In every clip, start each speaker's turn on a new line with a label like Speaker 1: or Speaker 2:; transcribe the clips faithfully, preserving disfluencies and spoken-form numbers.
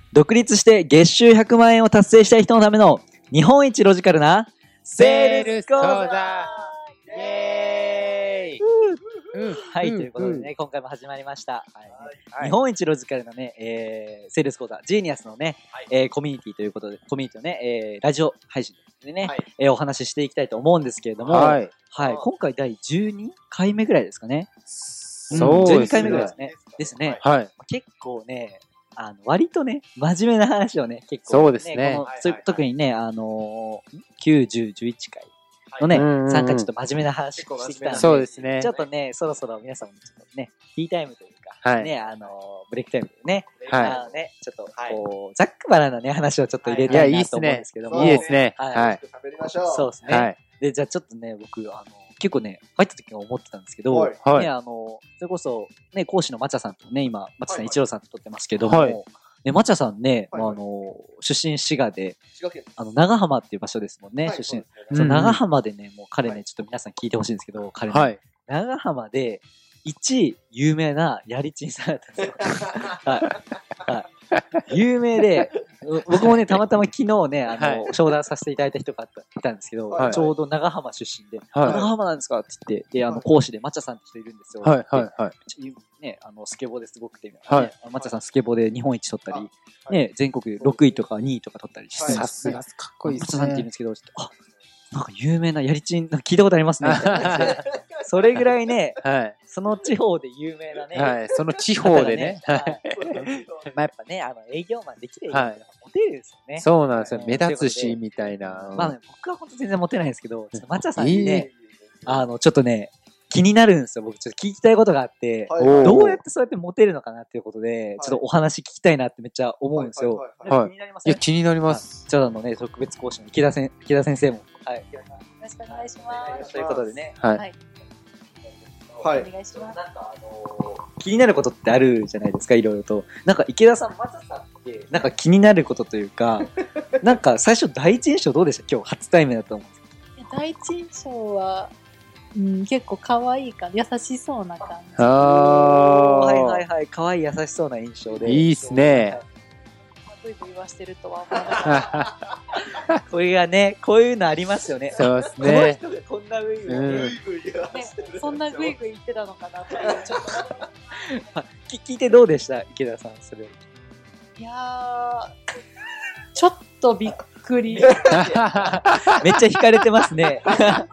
Speaker 1: 独立して月収ひゃくまん円を達成したい人のための日本一ロジカルなセールス講座。イエーイ、うん、はい、ということでね、今回も始まりました、はいねはい、日本一ロジカルなね、えー、セールス講座ジーニアスのね、はいえー、コミュニティということでコミュニティをね、えー、ラジオ配信でね、はいえー、お話ししていきたいと思うんですけれども、はいはい、今回だいじゅうにかいめぐらいですかね。
Speaker 2: そうですね、
Speaker 1: じゅうにかいめぐらいですね。ですね、
Speaker 2: はい、
Speaker 1: 結構ねあの割とね真面目な話をね結構ね
Speaker 2: そうですね
Speaker 1: このはいはいはい、特にねあのー、きゅう、じゅう、じゅういっかいのね、はい、参加ちょっと真面目な話してきたんで、
Speaker 2: そうですね、
Speaker 1: ちょっとねそろそろ皆さんもちょっとねティータイムというか、はい、ねあのー、ブレイクタイムでね、はい、あのねちょっとこう、はい、ざっくばらんなね話をちょっと入れたいなと思うんですけども、
Speaker 2: いいですね、
Speaker 1: はい、
Speaker 2: はい、
Speaker 3: 喋りましょう。
Speaker 1: そうですね、はい、でじゃあちょっとね僕あの結構ね入った時は思ってたんですけど、はいね、あのそれこそね講師のまちゃさんとね今まちゃさん一郎さんと撮ってますけども、はいね、まちゃさんね、はいはい、あの出身滋賀であの長浜っていう場所ですもんね、はい、出身、うん、その長浜でねもう彼ね、はい、ちょっと皆さん聞いてほしいんですけど彼ね、はい、長浜で一有名なやりちんさんだったんですよはいはい有名で僕もねたまたま昨日ねあの、はい、商談させていただいた人がいたんですけど、はい、ちょうど長浜出身で、はい、長浜なんですかって言ってであの講師でまちゃさんって人いるんですよ、はいはいはいね、あのスケボーですごくて、ねはい、まちゃさんスケボーで日本一取ったり、はいね、全国ろくいとかにいとか取ったりして、
Speaker 2: さすがかっこいいですね。
Speaker 1: まちゃさんって言うんですけどあなんか有名なやりちん聞いたことありますねみたいな感じでそれぐらいね、はい、その地方で有名なね、
Speaker 2: はい、その地方でね、
Speaker 1: まあやっぱねあの営業マンできる営業マンがモテるですよね、はい、
Speaker 2: そうなんですよ、目立つしみたいな、
Speaker 1: まあ、ね、僕は本当全然モテないんですけどちょっとまちゃさんにね、あのちょっとね気になるんですよ。僕ちょっと聞きたいことがあって、はい、どうやってそうやってモテるのかなっていうことで、はい、ちょっとお話聞きたいなってめっちゃ思うんですよ。
Speaker 2: はい。気になりますね。いや気になります。
Speaker 1: ちょっとあのね特別講師の池田先池田先生もはいよろしくお願いします。ということでね。はい。はい。はい、お願いします。なんかあのー、気になることってあるじゃないですかいろいろと。なんか池田さんまちゃさんってなんか気になることというか、なんか最初第一印象どうでした？今日初対面だと思うんですけど。
Speaker 4: 第一印象は。うん、結構可愛い感じ、優しそうな感じ。
Speaker 1: ああ、はいはいはい、可愛い優しそうな印象で。
Speaker 2: いいっすね。
Speaker 4: ブイブイ言わしてるとは思わなか
Speaker 1: った。これがね、こういうのありますよね。
Speaker 2: そうですね。
Speaker 1: この人がこんなブイブイ言わ
Speaker 4: してる。そんなブイブイ言ってたのかなっていうちょっ
Speaker 1: と聞いてどうでした池田さんそれ。
Speaker 4: いやー、ちょっとびっくり。
Speaker 1: めっちゃ惹かれてますね。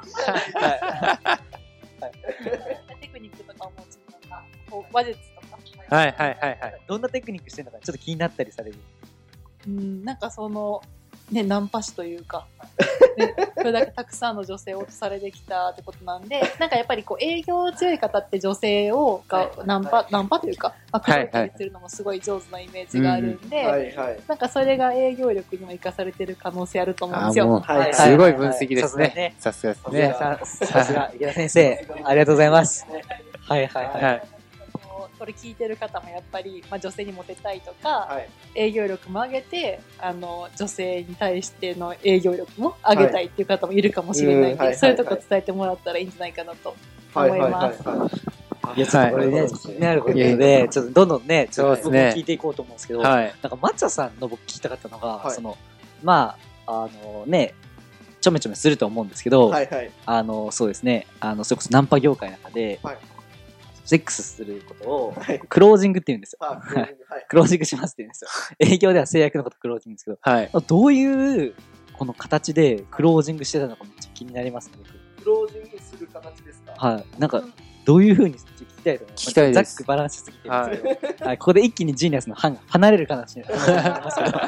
Speaker 4: テクニックとかもちろんな、話術とか。
Speaker 2: はいはいはいはい。
Speaker 1: どんなテクニックしてるのかちょっと気になったりされる。
Speaker 4: うん、なんかそのねナンパ師というか、ね、それだけたくさんの女性を落とされてきたってことなんで、なんかやっぱりこう営業強い方って女性をがナンパナンパというか、まあ、口説いたりするのもすごい上手なイメージがあるんで、なんかそれが営業力にも生かされてる可能性あると思うんですよ。
Speaker 2: はい、すごい分析ですね。さすがですね。
Speaker 1: さすが池田先生、ありがとうございます。はいはいはい。はい
Speaker 4: これ聞いてる方もやっぱり、まあ、女性にモテたいとか、はい、営業力も上げてあの女性に対しての営業力も上げたいっていう方もいるかもしれないので、はい、そういうとこ伝えてもらったらいいんじゃないかなと思います。
Speaker 1: いやちょっとこれね気になることでちょっとどんどんねちょっと僕も聞いていこうと思うんですけど、はい、なんかまちゃさんの僕聞きたかったのが、はい、そのまああのねちょめちょめすると思うんですけど、はいはい、あのそうですねあのそれこそナンパ業界の中で、はいセックスすることをクロージングって言うんですよ。はい、クロージングしますって言うんですよ。営業では制約のことクロージングですけど、はい、どういうこの形でクロージングしてたのかめっちゃ気になりますね。
Speaker 3: クロージングする形ですか？
Speaker 1: はい。なんかどういう風に聞きたいと思います。
Speaker 2: 聞きたいです。
Speaker 1: ざっくバランスしすぎてるんですけど、はいはい、ここで一気にジーニアスの範が離れる話になりますけど。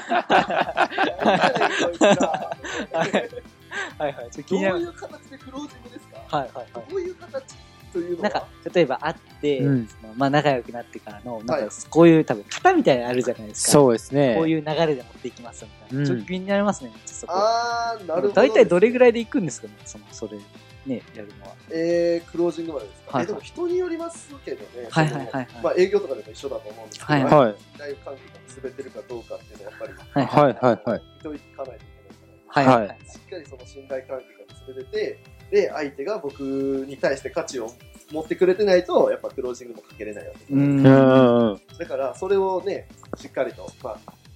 Speaker 1: はいはい。
Speaker 3: どういう形でクロージングですか？はいはいはい。どういう形？
Speaker 1: なんか例えば会って、うん、そのまあ、仲良くなってからのなんかこういう多分型みたいなのあるじゃないですか。
Speaker 2: そうですね。
Speaker 1: こういう流れで持っていきますみたいな、うん、ちょっと気になりますね。そこ
Speaker 3: あーなるほど。
Speaker 1: 大体どれぐらいで行くんですかね。そのそれねやるのは。
Speaker 3: えー、クロージングまでですか。はいはい、えでも人によりますけどね。
Speaker 1: はいはいはい、はい。
Speaker 3: まあ営業とかでも一緒だと思うんですけど、はい
Speaker 2: はい。
Speaker 3: 信頼関係が結べてるかどうかっていうのはやっぱり
Speaker 2: はいはいはいはい。
Speaker 3: 見といかないといけないから。はいはい。しっかりその信頼関係が結べてて、で相手が僕に対して価値を持ってくれてないとやっぱクロージングもかけれないわけです。うん。だからそれをねしっかりとまあ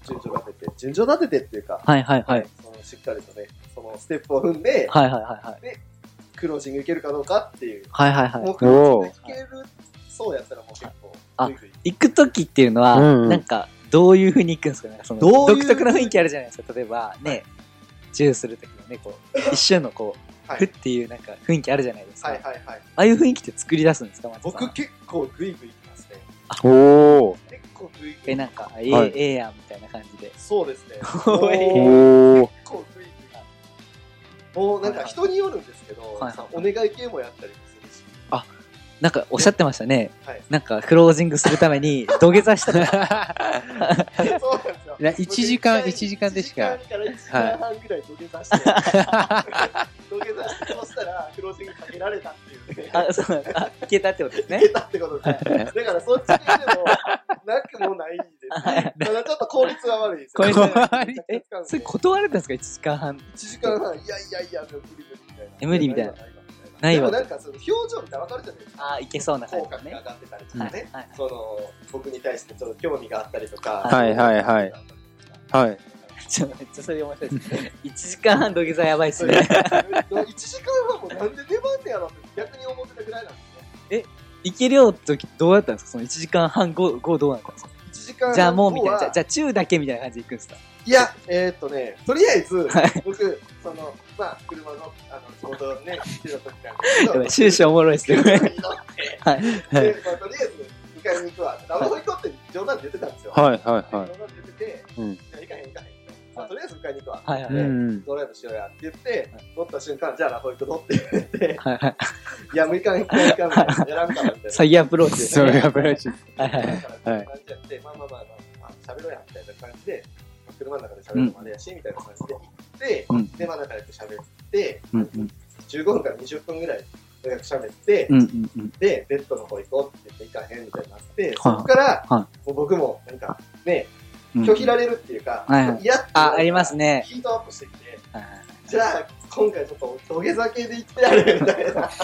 Speaker 3: 順序立てて、順序立ててっていうか、
Speaker 1: はいはいはい。
Speaker 3: そのしっかりとね、そのステップを踏んで、
Speaker 1: はいはいはいはい。
Speaker 3: で、クロージングいけるかどうかっていう。
Speaker 1: はいはいはい。
Speaker 3: もうクロージングいける、そうやったらもう結構、
Speaker 1: あ、行くときっていうのは、うんうん、なんか、どういう風に行くんですかね、その独特な雰囲気あるじゃないですか。例えばね、チューするときのね、こう、一瞬のこう、はい、ふっていうなんか雰囲気あるじゃないですか。はいはいはい。ああいう雰囲気って作り出すんですか、松さん。
Speaker 3: 僕結構グイグイ行きますね。
Speaker 1: おー。
Speaker 3: 結構グイグイ。
Speaker 1: え、なんか、ええ、はい、ええやんみたいな感じで。
Speaker 3: そうですね。
Speaker 1: おー。
Speaker 3: 結構グイグイ。もうなんか人によるんですけど、はいはい、お願い系もやったりもするし。
Speaker 1: あ、なんかおっしゃってましたね。はい、なんかクロージングするために土下座したとか。
Speaker 3: そうなんですよ。
Speaker 2: いや、いちじかん、いちじかんでしか。
Speaker 3: いちじかんからいちじかんはんぐらい土下座して。土下座して、そしたらクロージングかけられたっていうね。
Speaker 1: あ、そうなんです。あ、いけたってことですね。
Speaker 3: いけたってことですね。だからそっち系でも、なくもないですね。ただちょっと効率は悪いです
Speaker 1: よね。効率は悪い。え、それ断れたんですかいちじかんはん。い
Speaker 3: ちじかんはん、いやいやいや、無理無理みたいな。
Speaker 1: え、無理みたいな。ないわ。
Speaker 3: でもなんかその表情見たら分かるじゃないですか。
Speaker 1: ああ、いけそうな感じ、
Speaker 3: ね。口角が上がってたりとかね。はいはい、その、僕に対してちょっと興味があったりとか。
Speaker 2: はいはいはい。はい。
Speaker 1: ちょっとめっちゃそれ面白いですね。いちじかんはん土下座やばいっすね。
Speaker 3: いちじかんはんもなんで出番ねやろって逆に思ってたぐらいなんですね。
Speaker 1: え、行けるよって時どうやったんですかそのいちじかんはん後、後どうなったんですか
Speaker 3: いちじかんはん
Speaker 1: じゃあもうみたいな。じゃあ、じゃあチューだけみたいな感じで行くんですか
Speaker 3: いや、えー、っとね、とりあえず、僕、その、まあ、車の、あの、仕事ね、来てた時なんですけど、
Speaker 1: 終始おもろいっすね。
Speaker 3: はい。で、まあ、とりあえず、にかいに行くわ。ラブホ行こうって冗談で言ってたんですよ。
Speaker 2: はいはいはい。
Speaker 3: 冗談で言ってて、うん。じゃあ行かへん行かへん。まあ、とりあえず迎えに行くわ。はいはい。ドライブしようやって言って、乗った瞬間、じゃあラブホ行くぞって言って、はいはい。いや、もう行かん行かん行かんみたいな。やらんからみたいな。
Speaker 1: 詐欺アプローチです
Speaker 2: ね。詐欺アプローチ。
Speaker 3: はいはいはい。感じやって、まあまあまあまあ、喋ろうやみたいな感じで、車の中で喋るのもあれやし、みたいな感じで行って、うん、で、まあ仲良く喋って、うんうん、じゅうごふんからにじゅっぷんぐらい仲良く喋って、うんうんうん、で、ベッドの方行こうって言って行かへんみたいになって、そこから、はい、もう僕もなんかね、拒否られるっていうか、嫌、うん、って
Speaker 1: あ、ありますね。
Speaker 3: ヒートアップしてきて、はい、じゃあ今回ちょっと土下座系で行ってやるみたいな。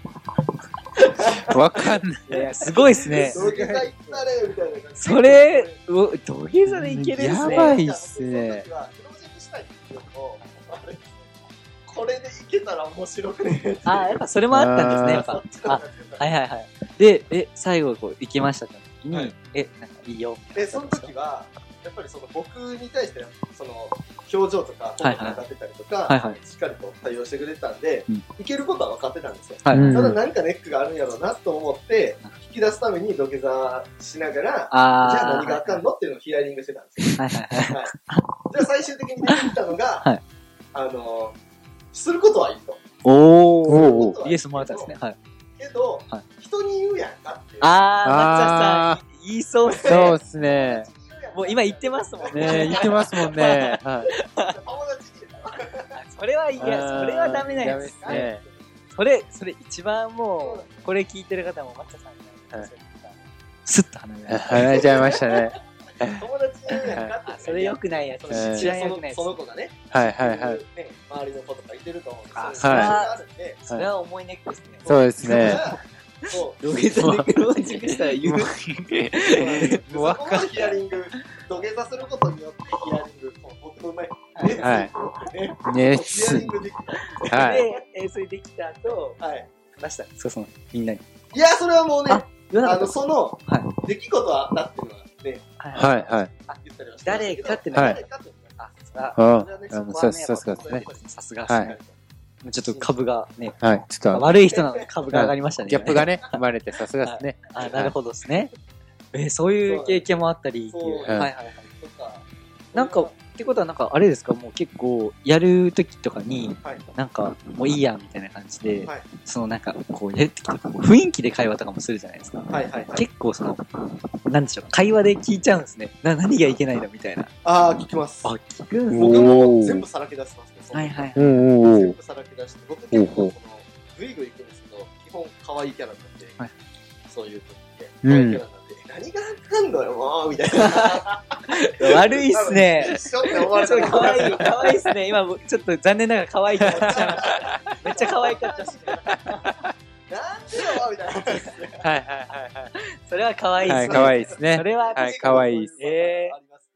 Speaker 2: わかんない。
Speaker 1: いや、すごいっすね。
Speaker 3: 土下座行ったれみたいな感じ。
Speaker 1: それ、土下座でいけるんすね。
Speaker 2: やばいっすね。
Speaker 3: これでいけたら面白くね。
Speaker 1: あ、やっぱそれもあったんですね、やっぱ。あ、はいはいはい。で、え、最後こう行きましたって時に、はい、え、なんかいいよ。
Speaker 3: で、その時は、やっぱりその僕に対してその表情とか声が上がってたりとか、はいはい、しっかりと対応してくれてたんで、うん、いけることは分かってたんですよ。はい、ただ何かネックがあるんやろうなと思って引き出すために土下座しながら、じゃあ何があかんのっていうのをヒアリングしてたんですよ。はいはいはいはい、じゃあ最終的に出てきたのが、はい、あのすることはいいと。
Speaker 1: おー、イエスもらったんですね。はい、
Speaker 3: けど、はい、人に言うやんかっていう。
Speaker 1: あー、松田さん言いそうっすね。
Speaker 2: そうっすね。
Speaker 1: もう今言ってますもんね。
Speaker 2: ね言ってますもんね。
Speaker 3: はい、
Speaker 1: それはいや、それはダメなんですね。それ、それ一番もう、これ聞いてる方も松田さんに、はい、スッと離れられ
Speaker 2: 離れちゃいましたね。
Speaker 3: 友達に言うやんかって、ね。
Speaker 1: それ良くないやつ。
Speaker 3: 知らん良くないやつ。その子がね。
Speaker 2: はいはいはい。
Speaker 3: ね、周りの子とかいてると思うんですよ。
Speaker 1: あ、それはあるんで、それは重いネックですね。
Speaker 2: そうですね。
Speaker 3: そう。
Speaker 1: 土下座でクロージングしたら言う。
Speaker 3: もう分かる。ヒアリング、土下座することによってヒアリング、僕の前、
Speaker 2: はい。ね、
Speaker 3: ヒアリングでき
Speaker 1: た。はい。で、え、それできた後、はい。話した。そうそう、みんなに。
Speaker 3: いや、それはもうね、あの、その、出来事はあったっていうのはね、
Speaker 2: はいはい。
Speaker 3: 言ったりはして
Speaker 1: 誰かってのは、誰かっていうのは、
Speaker 2: あ、そうそうそうですね。
Speaker 1: さすがですね。ちょっと株がね、
Speaker 2: はい、ちょっと
Speaker 1: 悪い人なので株が上がりましたね。
Speaker 2: ギャップがね、生まれてさすがですね。
Speaker 1: あ、なるほどですね。え、そういう経験もあったりっていう。はいはいはい。なんか、ってことはなんかあれですか、もう結構やるときとかに、なんかもういいやみたいな感じで、そのなんかこうやるときとか雰囲気で会話とかもするじゃないですか。結構その、なんでしょう、会話で聞いちゃうんですね。な、何がいけないのみたいな。
Speaker 3: ああ、聞きます。
Speaker 1: あ、聞くんですね。
Speaker 3: 僕も全部さらけ出しますね。
Speaker 1: はいはい。
Speaker 3: 全部さらけ出して、僕結構その、グイグイ行くんですけど、基本可愛いキャラなんで、そういう時って、可愛いキャラなんで、何があかんのよ、もうみたいな。
Speaker 1: 悪いっすね。
Speaker 3: 一緒って思われたら
Speaker 1: 可愛い、可愛いっすね。今、ちょっと残念ながら可愛いと思っちゃいました。めっちゃ可愛かったっすね。
Speaker 3: なんでよみたいな。はいはいはい
Speaker 1: はい。それは可愛いっすね。
Speaker 2: 可愛いっすね。
Speaker 1: それは
Speaker 2: はい、可愛いっす。
Speaker 1: えー。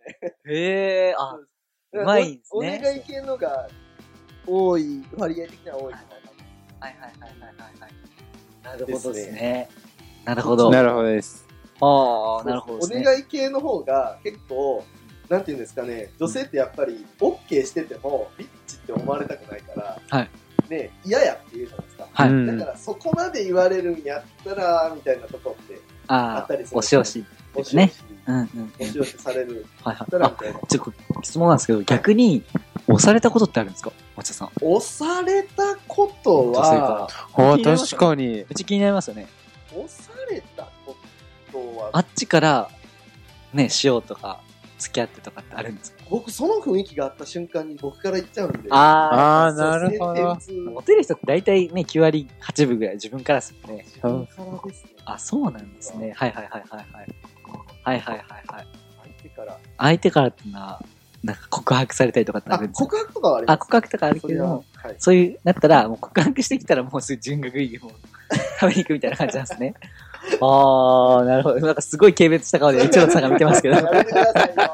Speaker 3: ね。
Speaker 1: へえ、あ、うまいんですね。
Speaker 3: お願い系のが多い、割合的には多いみたいな。
Speaker 1: はいはいはいはいはい。なるほどですね。なるほど。
Speaker 2: なるほどです。
Speaker 1: ああ、なるほどですね。
Speaker 3: お願い系の方が結構、なんていうんですかね、女性ってやっぱり OK しててもビッチって思われたくないから、はい、ね、嫌やって言うじゃないですか。はい、だからそこまで言われるんやったら、みたいなとこってあったりする、ね。
Speaker 1: 押し押し。押し押し。
Speaker 3: うんうん。押し押しされる。
Speaker 1: はいはい。あ、ちょっと質問なんですけど、逆に押されたことってあるんですか、松田さん。
Speaker 3: 押されたことは、
Speaker 2: あ、確かに。
Speaker 1: めっちゃ気になりますよね。
Speaker 3: 押されたことは、
Speaker 1: あっちから、ね、しようとか、付き合ってとかってあるんですか？
Speaker 3: 僕、その雰囲気があった瞬間に僕から言っちゃうんで。
Speaker 1: あ
Speaker 2: あ、なるほど。
Speaker 1: モテる人って大体ね、きゅう割はちぶぐらい自分からですよね。
Speaker 3: 自分からですね。
Speaker 1: あ、そうなんですね。はいはいはいはいはい。はいはいはいはい。
Speaker 3: 相手から。
Speaker 1: 相手からってのは、なんか告白されたりとかってあるんですか？
Speaker 3: 告白とかはあります。
Speaker 1: あ、告白とかあるけども、はい、そういう、だったら、もう告白してきたらもうすぐ純学いいもう食べに行くみたいな感じなんですね。あー、なるほど。なんかすごい軽蔑した顔で一郎さんが見てますけど。
Speaker 3: やめてくださいよ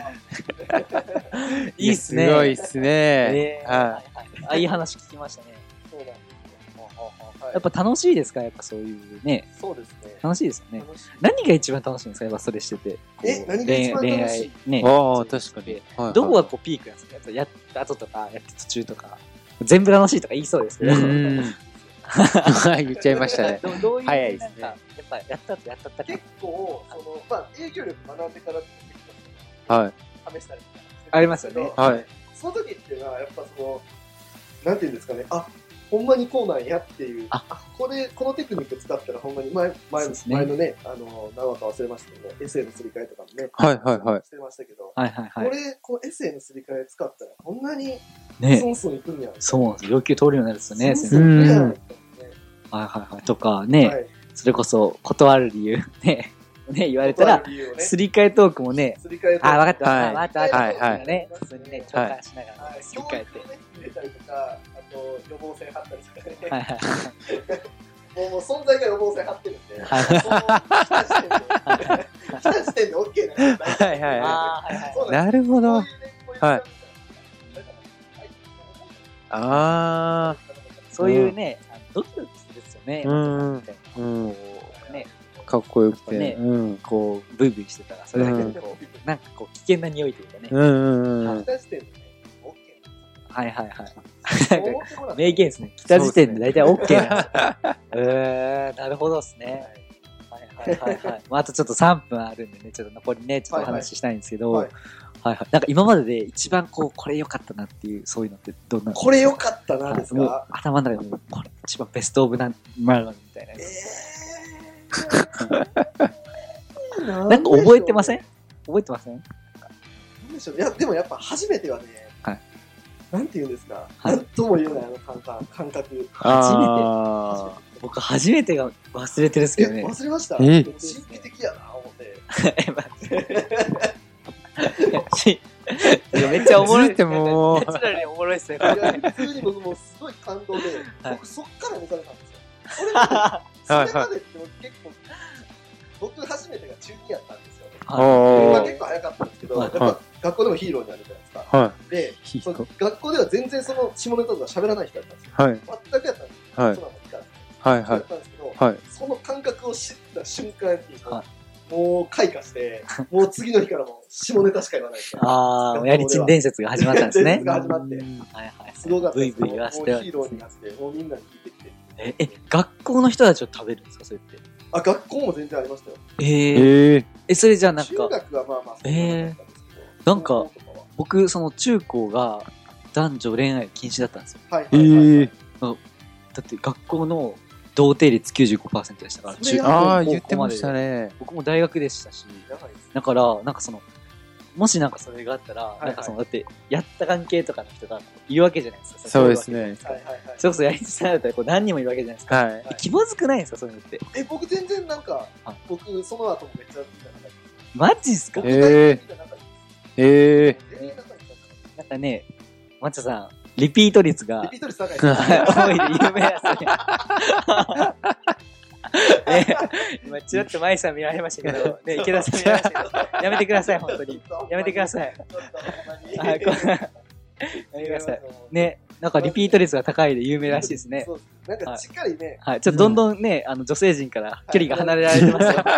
Speaker 1: いいっすね。
Speaker 2: すごいっすね。
Speaker 1: えー、はいはいはい。あ、いい話聞きましたね。そうなんですよ。やっぱ楽しいですか？やっぱそういうね。
Speaker 3: そうですね。
Speaker 1: 楽しいですよね。何が一番楽しいんですか？やっぱそれしてて。
Speaker 3: え、何が一番楽しい？恋愛
Speaker 1: ね。
Speaker 2: ああ、確かに。
Speaker 1: どこがこうピークなんですか？やった後とか、やって途中とか。全部楽しいとか言いそうですけど。言
Speaker 2: っちゃいましたね。
Speaker 1: どういう、早いですね。やっぱやったとやったった
Speaker 3: 結構、その、まあ、営業力学んでからって
Speaker 2: はい。
Speaker 3: 試したりとか。
Speaker 1: ありますよね。
Speaker 2: はい。
Speaker 3: その時っていうのは、やっぱその、なんていうんですかね、あ、ほんまにこうなんやっていう、あ、これ、このテクニック使ったらほんまに前、前、ね、前のね、あの、何話か忘れましたけど、エッセイのすり替えとかもね、
Speaker 2: はいはいはい。
Speaker 3: してましたけど、
Speaker 1: はいはいはい。
Speaker 3: これ、このエッセイのすり替え使ったら、こんなに、ね、スンスンいくんや。
Speaker 1: そうなんですよ。要求通るようになるんですよね、
Speaker 3: 先生。うん。はい
Speaker 1: はいはい。とかね、はい、それこそ、断る理由ね、ね、言われたら、すり替えトークもね、あ、分かった分かった分かった分かったね、普通にね、共感しながら、すり替えて。
Speaker 3: 入れたりとか、あと予防線張ったりとかね。はいはいはい。もう存在が予防線張ってるんで、はいはい、その来た時点で、来た時点で OK なんですよ。
Speaker 2: はいはいはい。なるほど。はい。ああ。
Speaker 1: そういうね、ドキドキするですよね。
Speaker 2: うん。うんかっこよくて。
Speaker 1: ね、こう、ブイブイしてたら、それだけでこう、なんかこう、危険な匂いというかね。
Speaker 2: うんうんうん。
Speaker 3: 来た時点でね、OK。
Speaker 1: はいはいはい。名言ですね。来た時点で大体 OK なんですよ。えー、なるほどですね。はいはいはいはい。まあ、あとちょっとさんぷんあるんでね、ちょっと残りね、ちょっとお話ししたいんですけど、はいはい。なんか今までで一番こう、これ良かったなっていう、そういうのってどんな
Speaker 3: これ良かったなですか？
Speaker 1: 頭の中でもこれ一番ベストオブな、マルマみたいなやつ。えー、なんか覚えてません？覚えてません？
Speaker 3: なんでしょう。いや、でもやっぱ初めてはね、
Speaker 1: はい。
Speaker 3: なんて言うんですか、はい、なんとも言えないあの感覚。感覚
Speaker 1: 初めて。僕初めてが忘れてるんですけどね。
Speaker 3: 忘れました。
Speaker 2: え
Speaker 3: 神秘的やな、思って。
Speaker 1: めっちゃおもろい
Speaker 2: ってもう。
Speaker 1: ナチュラルにおもろいっすね。
Speaker 3: いや、普通に僕もすごい感動で、僕そっから目覚めたんですよ。それまで、それまでって結構、僕初めてが中にやったんですよね。まあ結構早かったんですけど、やっぱ学校でもヒーローになるじゃないですか。はい、で、その学校では全然その下ネタとか喋らない人だったんですよ。はい、全くやったんですよ。はい、そんなのいいから。はいはい。やったんですけど、はい、その感覚を知った瞬間に、はい、もう開花して、もう次の日からも下ネタしか言わないみたいな。
Speaker 1: ああ、やりちん伝説が始まったんですね。
Speaker 3: 伝説が始まって。はい
Speaker 1: はい。
Speaker 3: すごかったです。
Speaker 1: ブイブイ言わせて。
Speaker 3: もうヒーローになって、もうみんなに聞いてきて。
Speaker 1: え、え、学校の人たちを食べるんですか、それって？
Speaker 3: あ、学校も全然ありましたよ。
Speaker 1: えー、ええ、それじゃあなんか。
Speaker 3: 中学はまあまあ、
Speaker 1: ええ、なんか、僕、その中高が男女恋愛禁止だったんですよ。
Speaker 3: はいはいはい、はい。
Speaker 1: だって学校の童貞率 きゅうじゅうごパーセント でしたから、
Speaker 2: 中ああ、言ってましたね。
Speaker 1: 僕も大学でしたし、だから、なんかその、もしなんかそれがあったら、はいはい、なんかその、だって、やった関係とかの人が言うわけじゃないですか。
Speaker 2: そうですね。はいはい
Speaker 1: はい。それこそやりつつだったらこう何人もいるわけじゃないですか。はい。気まずくないですか、そういうのって。
Speaker 3: え、僕全然なんか、僕その後もめっちゃ見た中で。
Speaker 1: マジっすか？
Speaker 2: えー、え
Speaker 1: ー。なんかね、マッチョさん、リピート率が、
Speaker 3: リピート率高い。
Speaker 1: 多いで有名やつね。 ね、今、ちらっと舞さん見られましたけど、ね、池田さん見られましたけど、やめてください、本当に。やめてください。やめてください。ね、なんかリピート率が高いで有名らしいですね。
Speaker 3: そうなんかしっかりね。
Speaker 1: はい。ちょっとどんどんね、あの、女性陣から距離が離れられてますよ。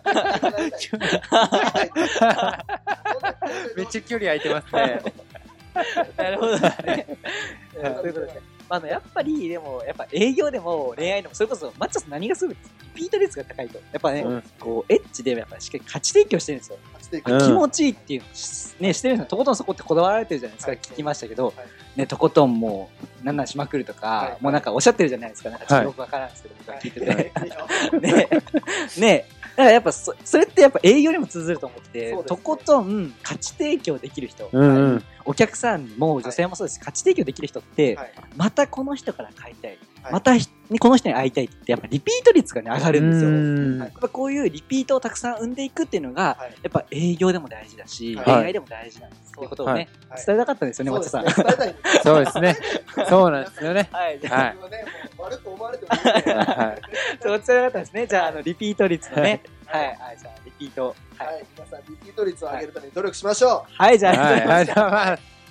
Speaker 2: めっちゃ距離空いてますね。
Speaker 1: なるほどね。そういうことですね。あの、やっぱり、でも、やっぱ営業でも恋愛でも、それこそ、マッチョさん何がすごいリピート率が高いと。やっぱね、うん、こう、エッチでやっぱしっかり価値提供してるんですよ。うん、気持ちいいっていうのをね、してるんですよ。とことんそこってこだわられてるじゃないですか、はい、聞きましたけど、はい、ね、とことんもう、なんなんしまくるとか、はい、もうなんかおっしゃってるじゃないですか。なんかちょっとよくわからんですけど、僕は聞いてて。ね、ね、だからやっぱそ、それってやっぱ営業にも通ずると思って、ね、とことん価値提供できる人、うんうん、お客さんも女性もそうですし、価値提供できる人って、はい、またこの人から買いたい、はい、またこの人に会いたいってやっぱリピート率がね上がるんですよ。はい、やっぱこういうリピートをたくさん生んでいくっていうのが、はい、やっぱ営業でも大事だし、はい、恋愛でも大事なんですっていうことをね、はい、伝えたかったんですよね、松田さん。
Speaker 2: そうですね。そうなんですよね。
Speaker 1: はい。
Speaker 3: はい。悪く思われてもいいですね。はい。
Speaker 1: そう伝えたかったですね。じゃあ、あの、リピート率のね。はい。はい。じゃあ、リピート。
Speaker 3: はい。皆さん、リピート率を上げるために努力しましょう。
Speaker 1: はい。じゃあ、ありがとうございます。